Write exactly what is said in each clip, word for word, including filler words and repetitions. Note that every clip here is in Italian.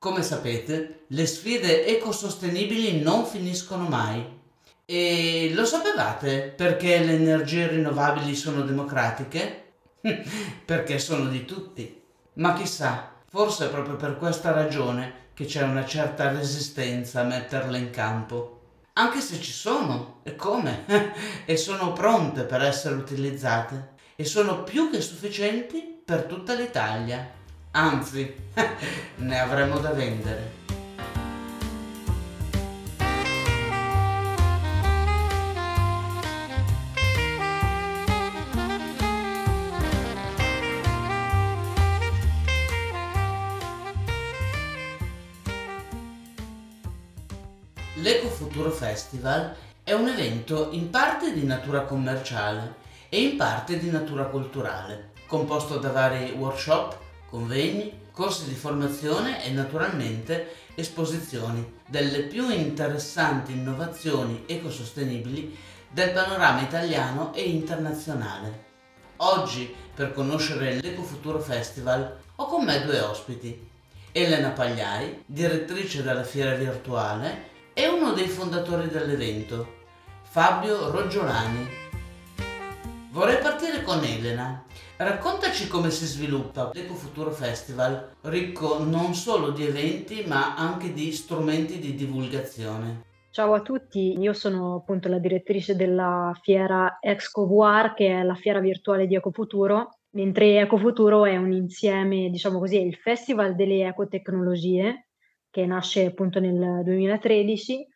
Come sapete, le sfide ecosostenibili non finiscono mai. E lo sapevate perché le energie rinnovabili sono democratiche? Perché sono di tutti. Ma chissà, forse è proprio per questa ragione che c'è una certa resistenza a metterle in campo. Anche se ci sono, e come? E sono pronte per essere utilizzate. E sono più che sufficienti per tutta l'Italia. Anzi, ne avremo da vendere. L'Ecofuturo Festival è un evento in parte di natura commerciale e in parte di natura culturale, composto da vari workshop, convegni, corsi di formazione e naturalmente esposizioni delle più interessanti innovazioni ecosostenibili del panorama italiano e internazionale. Oggi, per conoscere l'Ecofuturo Festival, ho con me due ospiti. Elena Pagliai, direttrice della fiera virtuale, e uno dei fondatori dell'evento, Fabio Roggiolani. Vorrei partire con Elena. Raccontaci come si sviluppa l'Ecofuturo Festival, ricco non solo di eventi ma anche di strumenti di divulgazione. Ciao a tutti, io sono appunto la direttrice della fiera ExcoVR, che è la fiera virtuale di Ecofuturo, mentre Ecofuturo è un insieme, diciamo così, è il festival delle ecotecnologie che nasce appunto nel duemilatredici.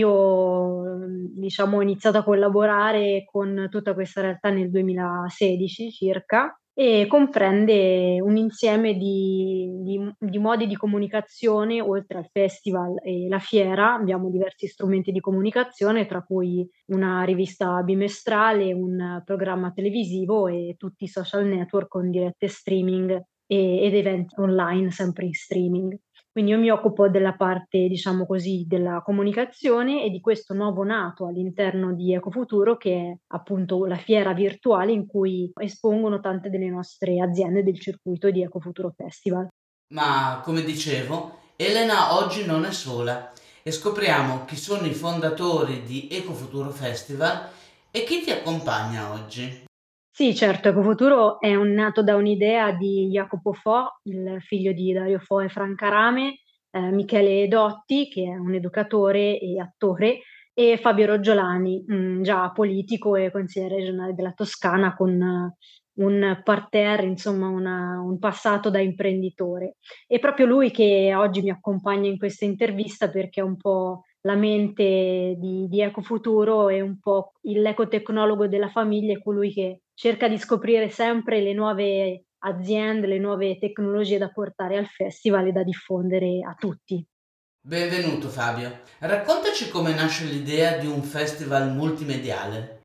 Io ehm, diciamo ho iniziato a collaborare con tutta questa realtà nel duemilasedici circa e comprende un insieme di, di- di modi di comunicazione oltre al festival e la fiera. Abbiamo diversi strumenti di comunicazione, tra cui una rivista bimestrale, un programma televisivo e tutti i social network con dirette streaming e- ed eventi online sempre in streaming. Quindi io mi occupo della parte, diciamo così, della comunicazione e di questo nuovo nato all'interno di Ecofuturo, che è appunto la fiera virtuale in cui espongono tante delle nostre aziende del circuito di Ecofuturo Festival. Ma, come dicevo, Elena oggi non è sola e scopriamo chi sono i fondatori di Ecofuturo Festival e chi ti accompagna oggi. Sì, certo, Ecofuturo è un nato da un'idea di Jacopo Fo, il figlio di Dario Fo e Franca Rame, eh, Michele Dotti, che è un educatore e attore, e Fabio Roggiolani, mh, già politico e consigliere regionale della Toscana, con eh, un parterre, insomma, una- un passato da imprenditore. È proprio lui che oggi mi accompagna in questa intervista perché è un po' la mente di, di Ecofuturo e un po' il- l'ecotecnologo della famiglia, è colui che cerca di scoprire sempre le nuove aziende, le nuove tecnologie da portare al festival e da diffondere a tutti. Benvenuto Fabio. Raccontaci come nasce l'idea di un festival multimediale.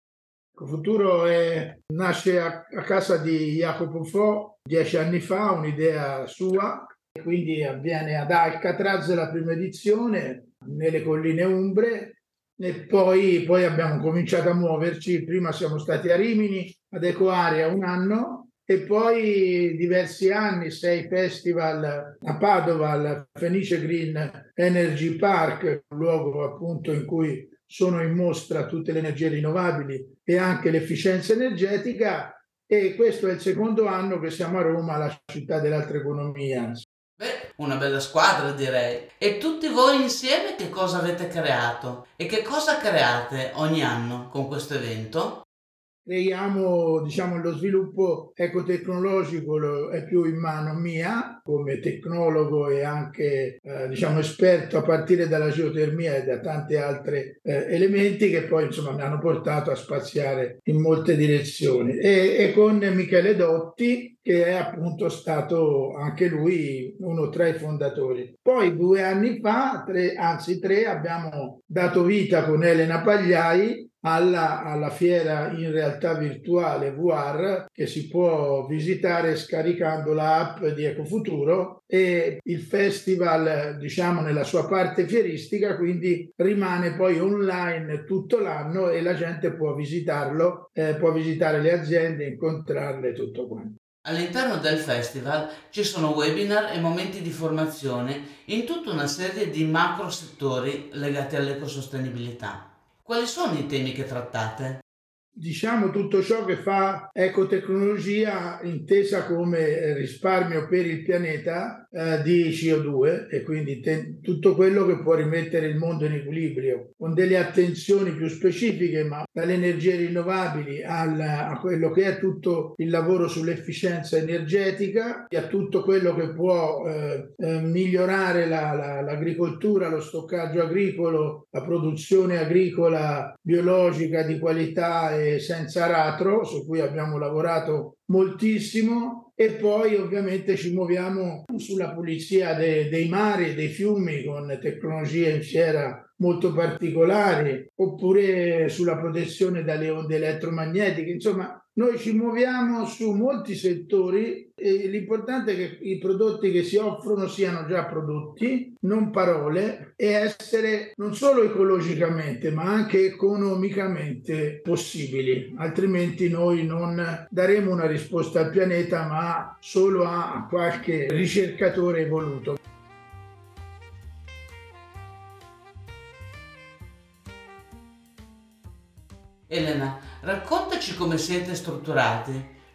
Futuro è- nasce a, a casa di Jacopo Fo dieci anni fa, un'idea sua, e quindi avviene ad Alcatraz la prima edizione, nelle colline Umbre, e poi, poi abbiamo cominciato a muoverci. Prima siamo stati a Rimini, ad Ecoarea un anno, e poi diversi anni, sei festival a Padova, al Fenice Green Energy Park, un luogo appunto in cui sono in mostra tutte le energie rinnovabili e anche l'efficienza energetica, e questo è il secondo anno che siamo a Roma, la città dell'altra economia. Beh, una bella squadra direi. E tutti voi insieme che cosa avete creato? E che cosa create ogni anno con questo evento? Creiamo, diciamo, lo sviluppo ecotecnologico lo- è più in mano mia come tecnologo e anche eh, diciamo esperto a partire dalla geotermia e da tanti altri eh, elementi che poi insomma mi hanno portato a spaziare in molte direzioni, e, e con Michele Dotti, che è appunto stato anche lui uno tra i fondatori. Poi due anni fa, tre, anzi tre, abbiamo dato vita con Elena Pagliai alla, alla fiera in realtà virtuale V R, che si può visitare scaricando l'app di Ecofuturo, e il festival, diciamo, nella sua parte fieristica, quindi rimane poi online tutto l'anno e la gente può visitarlo, eh, può visitare le aziende, incontrarle, tutto quanto. All'interno del festival ci sono webinar e momenti di formazione in tutta una serie di macro settori legati all'ecosostenibilità. Quali sono i temi che trattate? Diciamo tutto ciò che fa ecotecnologia intesa come risparmio per il pianeta eh, di C O due e quindi te- tutto quello che può rimettere il mondo in equilibrio con delle attenzioni più specifiche, ma dalle energie rinnovabili al, a quello che è tutto il lavoro sull'efficienza energetica e a tutto quello che può eh, eh, migliorare la, la, l'agricoltura, lo stoccaggio agricolo, la produzione agricola biologica di qualità e senza aratro, su cui abbiamo lavorato moltissimo, e poi ovviamente ci muoviamo sulla pulizia de- dei mari e dei fiumi con tecnologie in fiera molto particolari, oppure sulla protezione dalle onde elettromagnetiche. Insomma, noi ci muoviamo su molti settori e l'importante è che i prodotti che si offrono siano già prodotti, non parole, e essere non solo ecologicamente ma anche economicamente possibili, altrimenti noi non daremo una risposta al pianeta ma solo a qualche ricercatore evoluto. Elena, raccontaci come siete strutturati,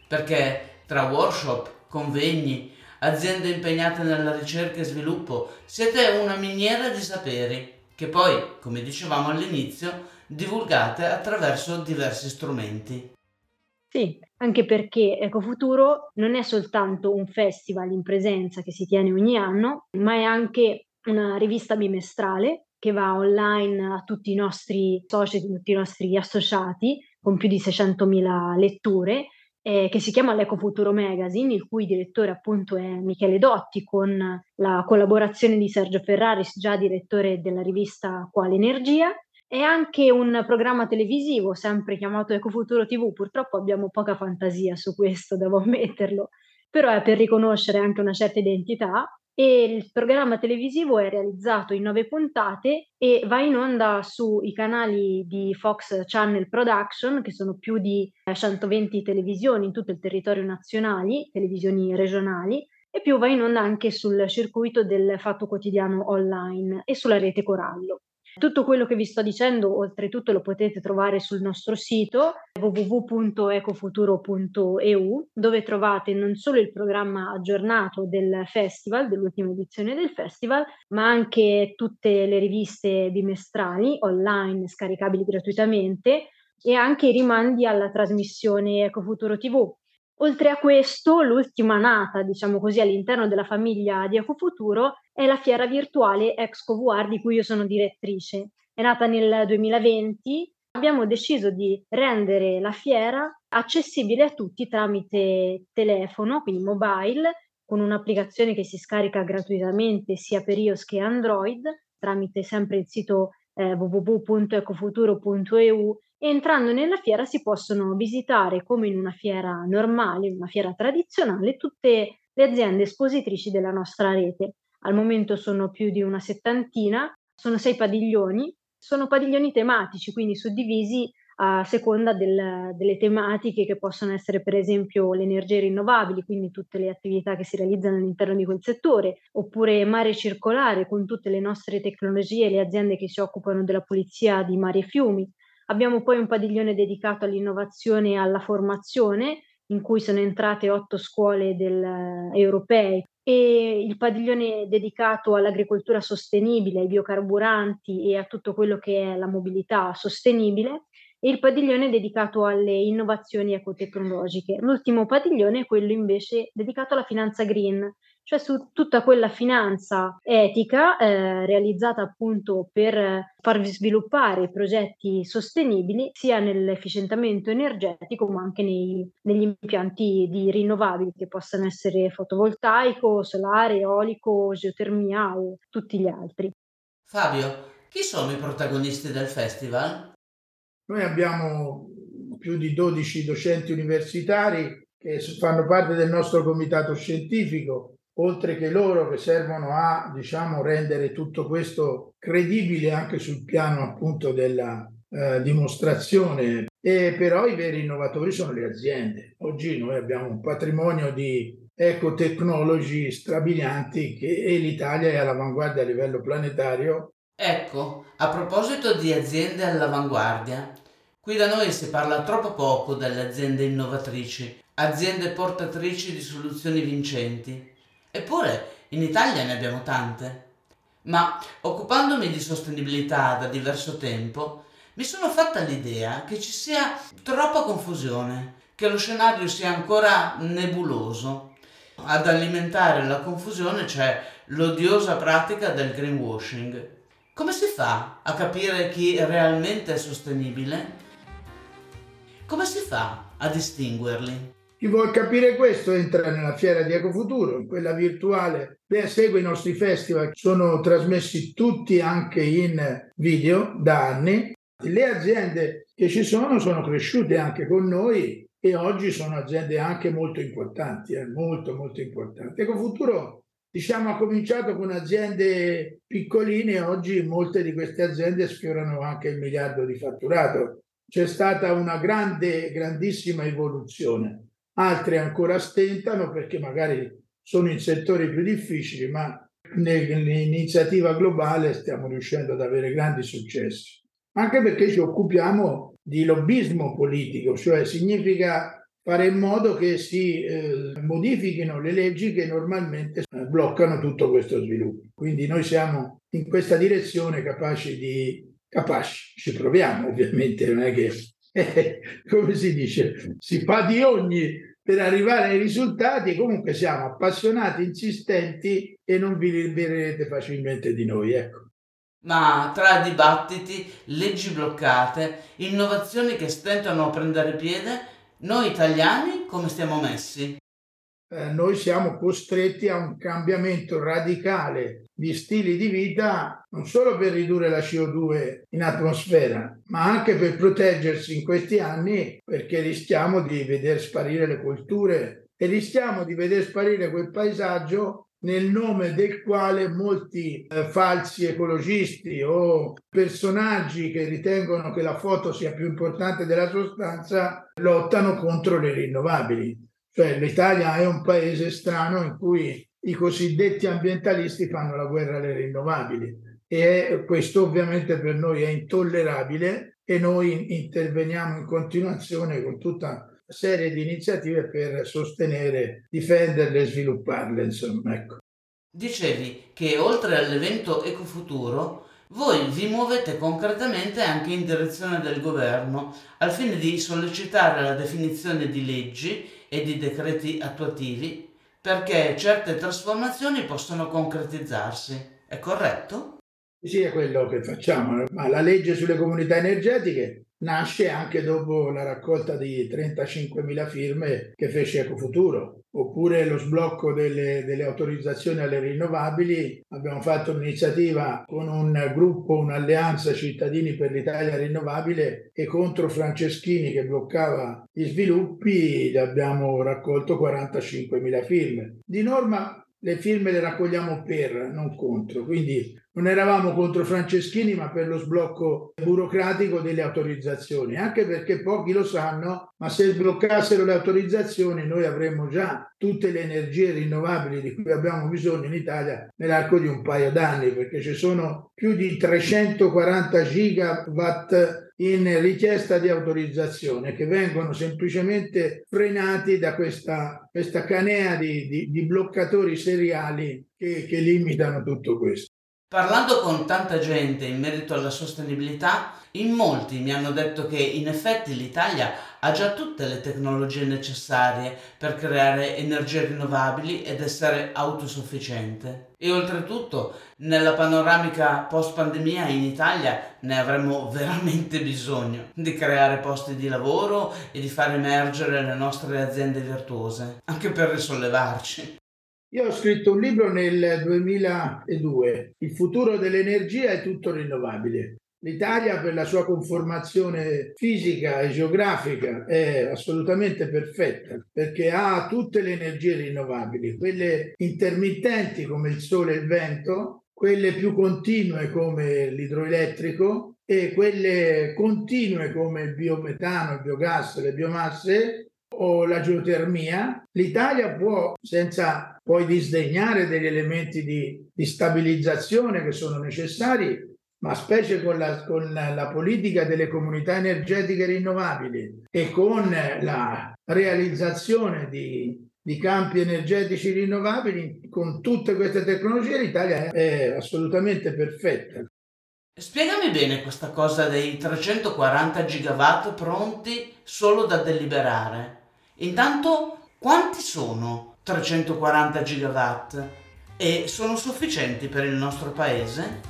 perché tra workshop, convegni, aziende impegnate nella ricerca e sviluppo, siete una miniera di saperi che poi, come dicevamo all'inizio, divulgate attraverso diversi strumenti. Sì, anche perché Ecofuturo non è soltanto un festival in presenza che si tiene ogni anno, ma è anche una rivista bimestrale che va online a tutti i nostri soci, a tutti i nostri associati, con più di seicentomila letture, eh, che si chiama l'Ecofuturo Magazine, il cui direttore appunto è Michele Dotti, con la collaborazione di Sergio Ferraris, già direttore della rivista Quale Energia. È anche un programma televisivo, sempre chiamato Ecofuturo T V. Purtroppo abbiamo poca fantasia su questo, devo ammetterlo, però è per riconoscere anche una certa identità. E il programma televisivo è realizzato in nove puntate e va in onda sui canali di Fox Channel Production, che sono più di eh, centoventi televisioni in tutto il territorio nazionale, televisioni regionali, e più va in onda anche sul circuito del Fatto Quotidiano online e sulla rete Corallo. Tutto quello che vi sto dicendo, oltretutto, lo potete trovare sul nostro sito w w w punto ecofuturo punto e u, dove trovate non solo il programma aggiornato del festival, dell'ultima edizione del festival, ma anche tutte le riviste bimestrali online scaricabili gratuitamente e anche i rimandi alla trasmissione Ecofuturo T V. Oltre a questo, l'ultima nata, diciamo così, all'interno della famiglia di Ecofuturo è la fiera virtuale ExcoVR di cui io sono direttrice. È nata nel duemilaventi. Abbiamo deciso di rendere la fiera accessibile a tutti tramite telefono, quindi mobile, con un'applicazione che si scarica gratuitamente sia per iOS che Android, tramite sempre il sito eh, w w w punto ecofuturo punto e u. Entrando nella fiera si possono visitare, come in una fiera normale, una fiera tradizionale, tutte le aziende espositrici della nostra rete. Al momento sono più di una settantina, sono sei padiglioni, sono padiglioni tematici, quindi suddivisi a seconda del, delle tematiche che possono essere per esempio le energie rinnovabili, quindi tutte le attività che si realizzano all'interno di quel settore, oppure mare circolare con tutte le nostre tecnologie e le aziende che si occupano della pulizia di mari e fiumi. Abbiamo poi un padiglione dedicato all'innovazione e alla formazione, in cui sono entrate otto scuole del, europee, e il padiglione dedicato all'agricoltura sostenibile, ai biocarburanti e a tutto quello che è la mobilità sostenibile, e il padiglione dedicato alle innovazioni ecotecnologiche. L'ultimo padiglione è quello invece dedicato alla finanza green, cioè su tutta quella finanza etica eh, realizzata appunto per eh, far sviluppare progetti sostenibili sia nell'efficientamento energetico ma anche nei, negli impianti di rinnovabili che possano essere fotovoltaico, solare, eolico, geotermia o tutti gli altri. Fabio, chi sono i protagonisti del festival? Noi abbiamo più di dodici docenti universitari che fanno parte del nostro comitato scientifico, oltre che loro che servono a, diciamo, rendere tutto questo credibile anche sul piano appunto della eh, dimostrazione E però i veri innovatori sono le aziende. Oggi noi abbiamo un patrimonio di ecotecnologi strabilianti che, e l'Italia è all'avanguardia a livello planetario. Ecco, a proposito di aziende all'avanguardia, qui da noi si parla troppo poco delle aziende innovatrici, aziende portatrici di soluzioni vincenti. Eppure in Italia ne abbiamo tante. Ma occupandomi di sostenibilità da diverso tempo, mi sono fatta l'idea che ci sia troppa confusione, che lo scenario sia ancora nebuloso. Ad alimentare la confusione c'è l'odiosa pratica del greenwashing. Come si fa a capire chi realmente è sostenibile? Come si fa a distinguerli? Chi vuol capire questo entra nella fiera di Ecofuturo, in quella virtuale. Beh, segue i nostri festival, sono trasmessi tutti anche in video da anni. Le aziende che ci sono sono cresciute anche con noi e oggi sono aziende anche molto importanti, eh, molto molto importanti. Ecofuturo, diciamo, ha cominciato con aziende piccoline e oggi molte di queste aziende sfiorano anche il miliardo di fatturato. C'è stata una grande, grandissima evoluzione. Altre ancora stentano perché magari sono in settori più difficili, ma nell'iniziativa globale stiamo riuscendo ad avere grandi successi. Anche perché ci occupiamo di lobbismo politico, cioè significa fare in modo che si eh, modifichino le leggi che normalmente eh, bloccano tutto questo sviluppo. Quindi noi siamo in questa direzione capaci di... capaci, ci proviamo ovviamente, non è che... Eh, come si dice, si fa di ogni per arrivare ai risultati. Comunque siamo appassionati, insistenti e non vi libererete facilmente di noi, ecco. Ma tra dibattiti, leggi bloccate, innovazioni che stentano a prendere piede, noi italiani come stiamo messi? Eh, noi siamo costretti a un cambiamento radicale di stili di vita, non solo per ridurre la C O due in atmosfera, ma anche per proteggersi in questi anni, perché rischiamo di veder sparire le colture e rischiamo di veder sparire quel paesaggio nel nome del quale molti eh, falsi ecologisti o personaggi che ritengono che la foto sia più importante della sostanza lottano contro le rinnovabili. Cioè l'Italia è un paese strano in cui i cosiddetti ambientalisti fanno la guerra alle rinnovabili e questo ovviamente per noi è intollerabile e noi interveniamo in continuazione con tutta una serie di iniziative per sostenere, difenderle e svilupparle, insomma, ecco. Dicevi che oltre all'evento Ecofuturo, voi vi muovete concretamente anche in direzione del governo al fine di sollecitare la definizione di leggi e di decreti attuativi perché certe trasformazioni possano concretizzarsi. È corretto? Sì, è quello che facciamo, ma la legge sulle comunità energetiche nasce anche dopo la raccolta di trentacinquemila firme che fece Ecofuturo, oppure lo sblocco delle, delle autorizzazioni alle rinnovabili. Abbiamo fatto un'iniziativa con un gruppo, un'alleanza Cittadini per l'Italia Rinnovabile e contro Franceschini che bloccava gli sviluppi abbiamo raccolto quarantacinquemila firme. Di norma le firme le raccogliamo per, non contro, quindi non eravamo contro Franceschini ma per lo sblocco burocratico delle autorizzazioni, anche perché pochi lo sanno, ma se sbloccassero le autorizzazioni noi avremmo già tutte le energie rinnovabili di cui abbiamo bisogno in Italia nell'arco di un paio d'anni, perché ci sono più di trecentoquaranta gigawatt in richiesta di autorizzazione che vengono semplicemente frenati da questa, questa canea di, di, di bloccatori seriali che, che limitano tutto questo. Parlando con tanta gente in merito alla sostenibilità, in molti mi hanno detto che in effetti l'Italia ha già tutte le tecnologie necessarie per creare energie rinnovabili ed essere autosufficiente. E oltretutto, nella panoramica post-pandemia in Italia ne avremmo veramente bisogno di creare posti di lavoro e di far emergere le nostre aziende virtuose, anche per risollevarci. Io ho scritto un libro nel duemiladue, Il futuro dell'energia è tutto rinnovabile. L'Italia per la sua conformazione fisica e geografica è assolutamente perfetta perché ha tutte le energie rinnovabili, quelle intermittenti come il sole e il vento, quelle più continue come l'idroelettrico e quelle continue come il biometano, il biogas, le biomasse o la geotermia. L'Italia può, senza poi disdegnare degli elementi di, di stabilizzazione che sono necessari, ma specie con la, con la politica delle comunità energetiche rinnovabili e con la realizzazione di, di campi energetici rinnovabili, con tutte queste tecnologie l'Italia è assolutamente perfetta. Spiegami bene questa cosa dei trecentoquaranta gigawatt pronti solo da deliberare. Intanto, quanti sono trecentoquaranta gigawatt? E sono sufficienti per il nostro paese?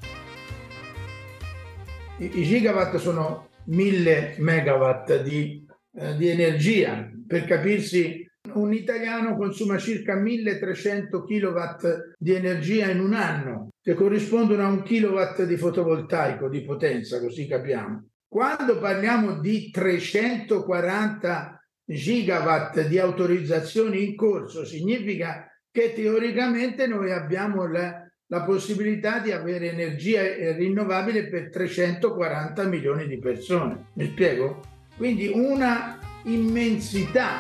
I, i gigawatt sono mille megawatt di, eh, di energia. Per capirsi, un italiano consuma circa milletrecento kilowatt di energia in un anno, che corrispondono a un kilowatt di fotovoltaico di potenza, così capiamo. Quando parliamo di trecentoquaranta gigawatt di autorizzazioni in corso, significa che teoricamente noi abbiamo la la possibilità di avere energia rinnovabile per trecentoquaranta milioni di persone. Mi spiego? Quindi una immensità.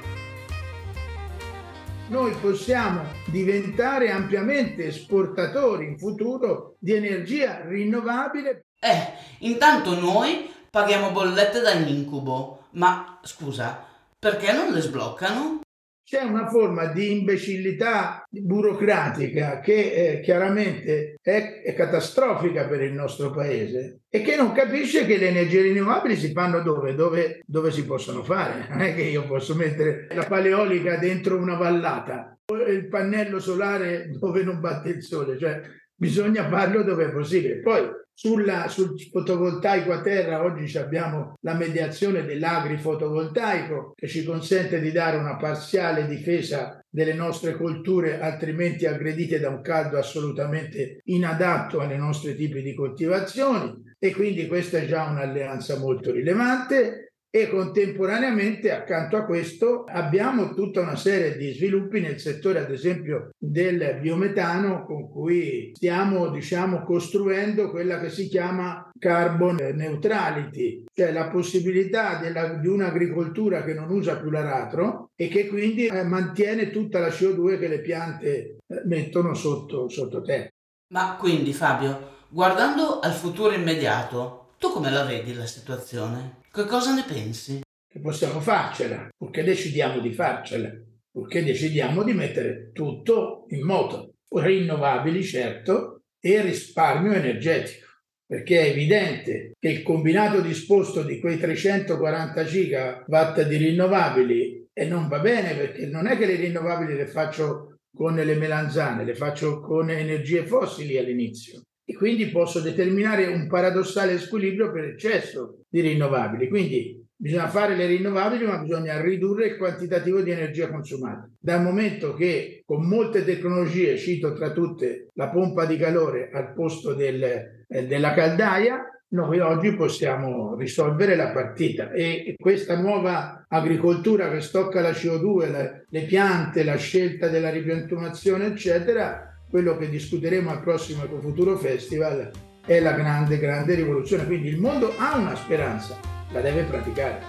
Noi possiamo diventare ampiamente esportatori in futuro di energia rinnovabile. Eh, intanto noi paghiamo bollette da incubo, ma scusa, perché non le sbloccano? C'è una forma di imbecillità burocratica che eh, chiaramente è, è catastrofica per il nostro paese e che non capisce che le energie rinnovabili si fanno dove? Dove, dove si possono fare. Non è che io posso mettere la paleolica dentro una vallata o il pannello solare dove non batte il sole, cioè bisogna farlo dove è possibile. Poi Sulla, sul fotovoltaico a terra oggi abbiamo la mediazione dell'agrifotovoltaico che ci consente di dare una parziale difesa delle nostre colture altrimenti aggredite da un caldo assolutamente inadatto ai nostri tipi di coltivazioni, e quindi questa è già un'alleanza molto rilevante. E contemporaneamente accanto a questo abbiamo tutta una serie di sviluppi nel settore ad esempio del biometano, con cui stiamo diciamo costruendo quella che si chiama carbon neutrality, cioè la possibilità della, di un'agricoltura che non usa più l'aratro e che quindi eh, mantiene tutta la C O due che le piante eh, mettono sotto, sotto terra. Ma quindi Fabio, guardando al futuro immediato, tu come la vedi la situazione? Che cosa ne pensi? Che possiamo farcela, purché decidiamo di farcela, purché decidiamo di mettere tutto in moto, rinnovabili certo e risparmio energetico, perché è evidente che il combinato disposto di quei trecentoquaranta gigawatt di rinnovabili e non va bene, perché non è che le rinnovabili le faccio con le melanzane, le faccio con energie fossili all'inizio. E quindi posso determinare un paradossale squilibrio per eccesso di rinnovabili. Quindi bisogna fare le rinnovabili, ma bisogna ridurre il quantitativo di energia consumata. Dal momento che con molte tecnologie, cito tra tutte la pompa di calore al posto del, eh, della caldaia, noi oggi possiamo risolvere la partita. E questa nuova agricoltura che stocca la C O due, le, le piante, la scelta della ripiantumazione, eccetera, quello che discuteremo al prossimo Ecofuturo Festival è la grande, grande rivoluzione. Quindi il mondo ha una speranza, la deve praticare.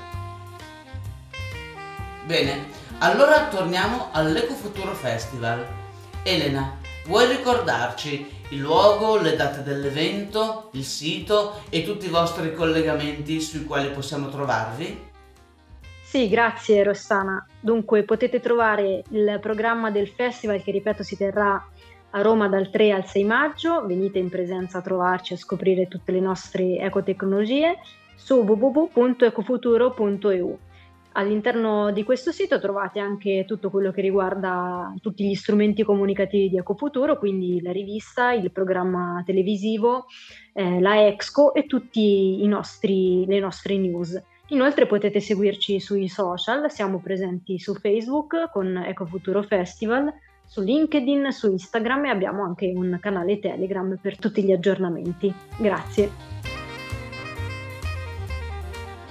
Bene, allora torniamo all'Ecofuturo Festival. Elena, vuoi ricordarci il luogo, le date dell'evento, il sito e tutti i vostri collegamenti sui quali possiamo trovarvi? Sì, grazie Rossana. Dunque potete trovare il programma del festival che, ripeto, si terrà a Roma dal tre al sei maggio. Venite in presenza a trovarci a scoprire tutte le nostre ecotecnologie su w w w punto ecofuturo punto e u. All'interno di questo sito trovate anche tutto quello che riguarda tutti gli strumenti comunicativi di Ecofuturo, quindi la rivista, il programma televisivo, eh, la Exco e tutti i nostri, le nostre news. Inoltre potete seguirci sui social, siamo presenti su Facebook con Ecofuturo Festival, su LinkedIn, su Instagram e abbiamo anche un canale Telegram per tutti gli aggiornamenti. Grazie.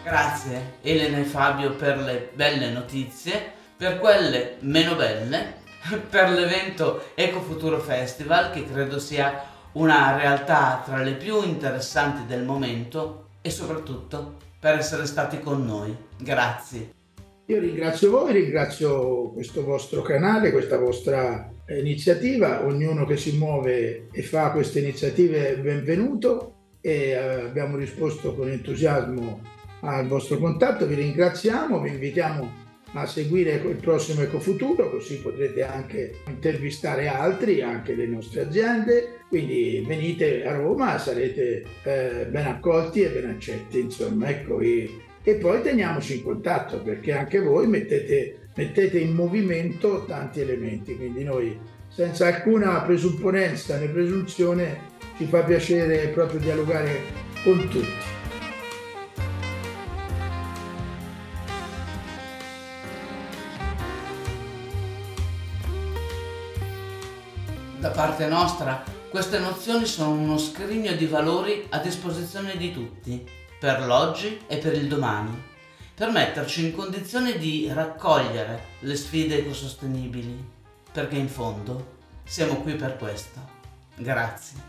Grazie Elena e Fabio per le belle notizie, per quelle meno belle per l'evento Ecofuturo Festival, che credo sia una realtà tra le più interessanti del momento, e soprattutto per essere stati con noi. Grazie. Io ringrazio voi, ringrazio questo vostro canale, questa vostra iniziativa. Ognuno che si muove e fa queste iniziative è benvenuto, e abbiamo risposto con entusiasmo al vostro contatto. Vi ringraziamo, vi invitiamo a seguire il prossimo Ecofuturo, così potrete anche intervistare altri, anche le nostre aziende. Quindi venite a Roma, sarete eh, ben accolti e ben accetti, insomma, ecco. E, e poi teniamoci in contatto, perché anche voi mettete, mettete in movimento tanti elementi, quindi noi senza alcuna presupponenza né presunzione ci fa piacere proprio dialogare con tutti. Da parte nostra, queste nozioni sono uno scrigno di valori a disposizione di tutti, per l'oggi e per il domani, per metterci in condizione di raccogliere le sfide ecosostenibili, perché in fondo siamo qui per questo. Grazie.